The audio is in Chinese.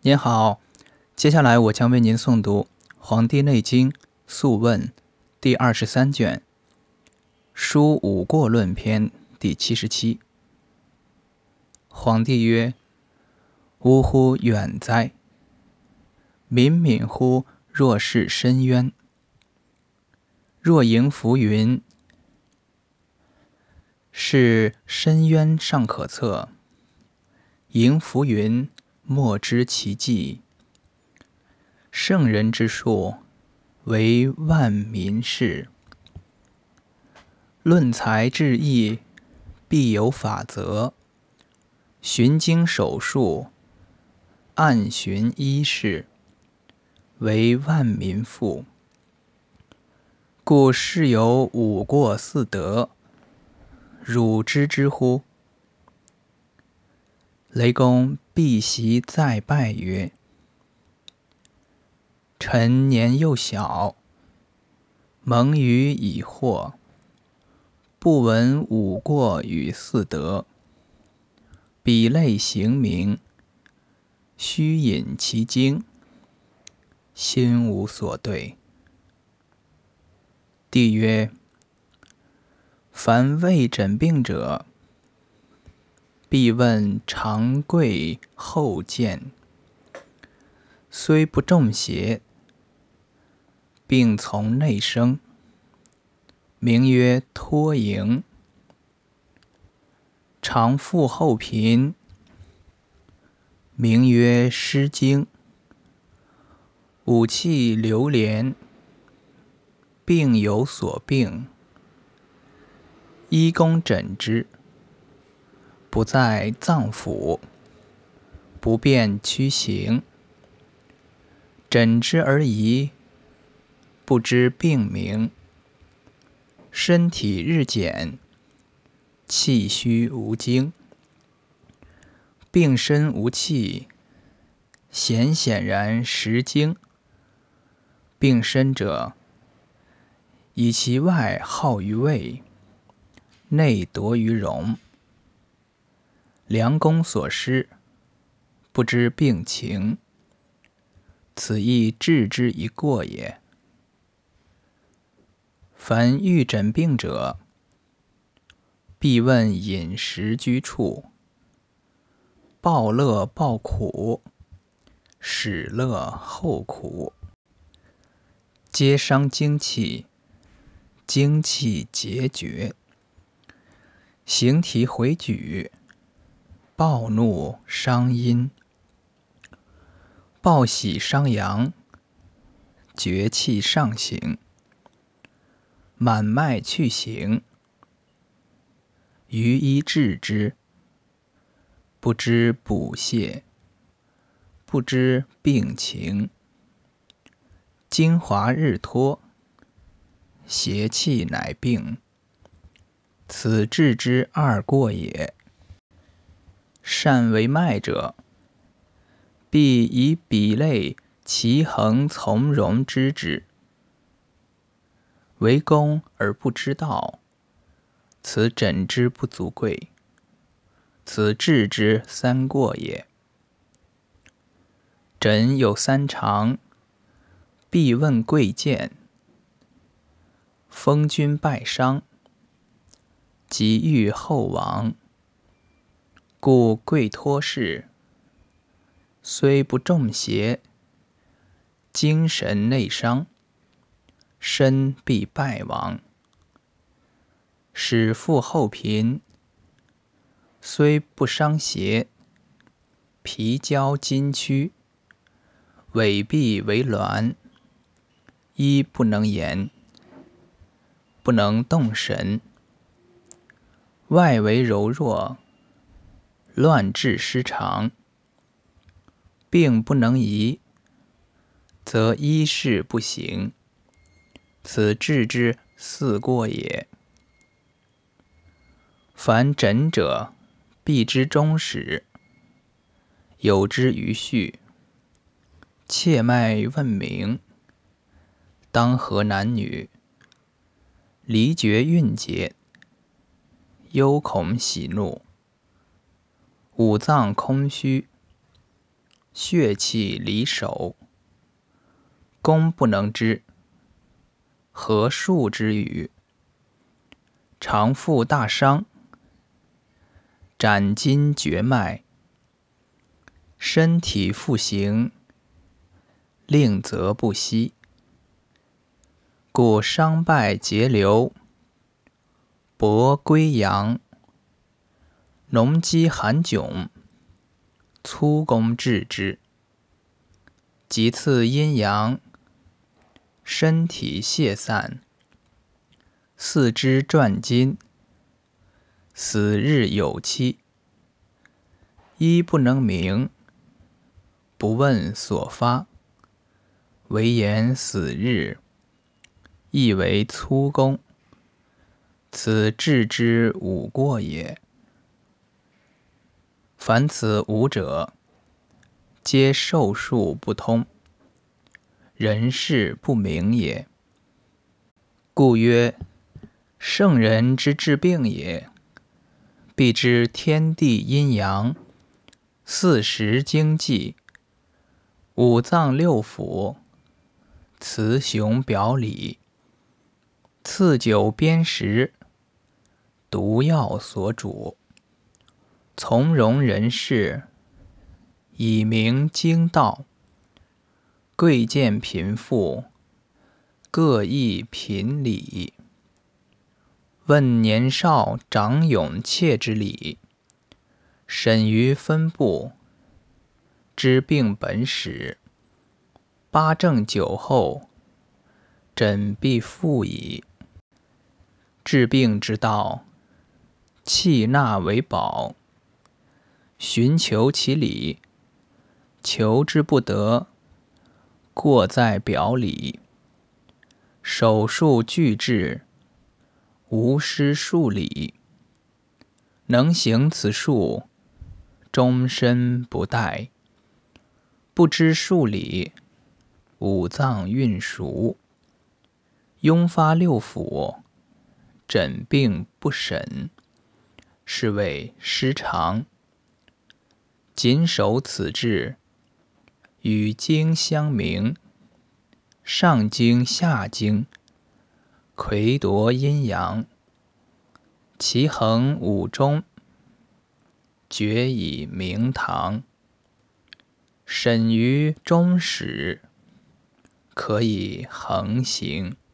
您好，接下来我将为您诵读《黄帝内经·素问》第23卷，书五过论篇第77。黄帝曰：呜呼，远哉！冥冥乎若是深渊。若迎浮云，是深渊尚可测；迎浮云，莫知其迹。圣人之术，为万民事。论才治艺，必有法则；循经守术，按循医事，为万民富。故世有五过四德，汝知之乎？雷公必席再拜曰：臣年幼小，蒙愚以惑，不闻五过与四德，比类行名，虚引其经，心无所对。帝曰：凡未诊病者，必问长贵后见，虽不中邪，病从内生，名曰脱营；常腹后贫，名曰失精；五气流连，病有所病，医公诊之，不在脏腑，不便躯形，诊之而疑，不知病名，身体日减，气虚无精，病身无气，显然实精。病身者，以其外好于味，内夺于容，良公所失，不知病情，此亦治之一过也。凡欲诊病者，必问饮食居处，暴乐暴苦，始乐后苦，皆伤精气，精气结绝，形体回举，暴怒伤阴，暴喜伤阳，厥气上行，满脉去行，余医治之，不知补泻，不知病情，精华日脱，邪气乃病，此治之二过也。善为脉者，必以比类其恒从容知之。为公而不知道，此诊之不足贵，此治之三过也。诊有三常，必问贵贱，封君败伤，及欲后亡。故贵脱事，虽不中邪，精神内伤，身必败亡。使腹后贫，虽不伤邪，皮焦筋屈，痿必为挛，医不能言，不能动神，外为柔弱，乱治失常，病不能移，则医事不行，此治之四过也。凡诊者，必知终始，有之于序，切脉问名，当合男女，离绝运节，忧恐喜怒，五脏空虚， 血气离手，功不能知，何数之与？常负大伤，斩筋绝脉，身体复行，令则不息。故伤败节流，薄归阳，农积寒窘，粗功治之。其次阴阳，身体泄散，四肢转筋，死日有期。医不能明，不问所发，唯言死日，亦为粗功，此治之无过也。凡此五者，皆寿数不通，人事不明也。故曰：圣人之治病也，必知天地阴阳，四时经纪，五脏六腑，雌雄表里，赐酒砭石，毒药所主，从容人事，以明经道。贵贱贫富，各异品理。问年少长勇怯之理，审于分部，知病本始。八正九候，诊必复矣。治病之道，气纳为宝，寻求其理，求之不得，过在表里。手术俱治，无失数理。能行此术，终身不殆。不知数理，五脏运熟，庸发六腑，诊病不审，是谓失常。谨守此志，与经相明，上经下经，魁夺阴阳，其衡五中，决以明堂。审于中始，可以恒行。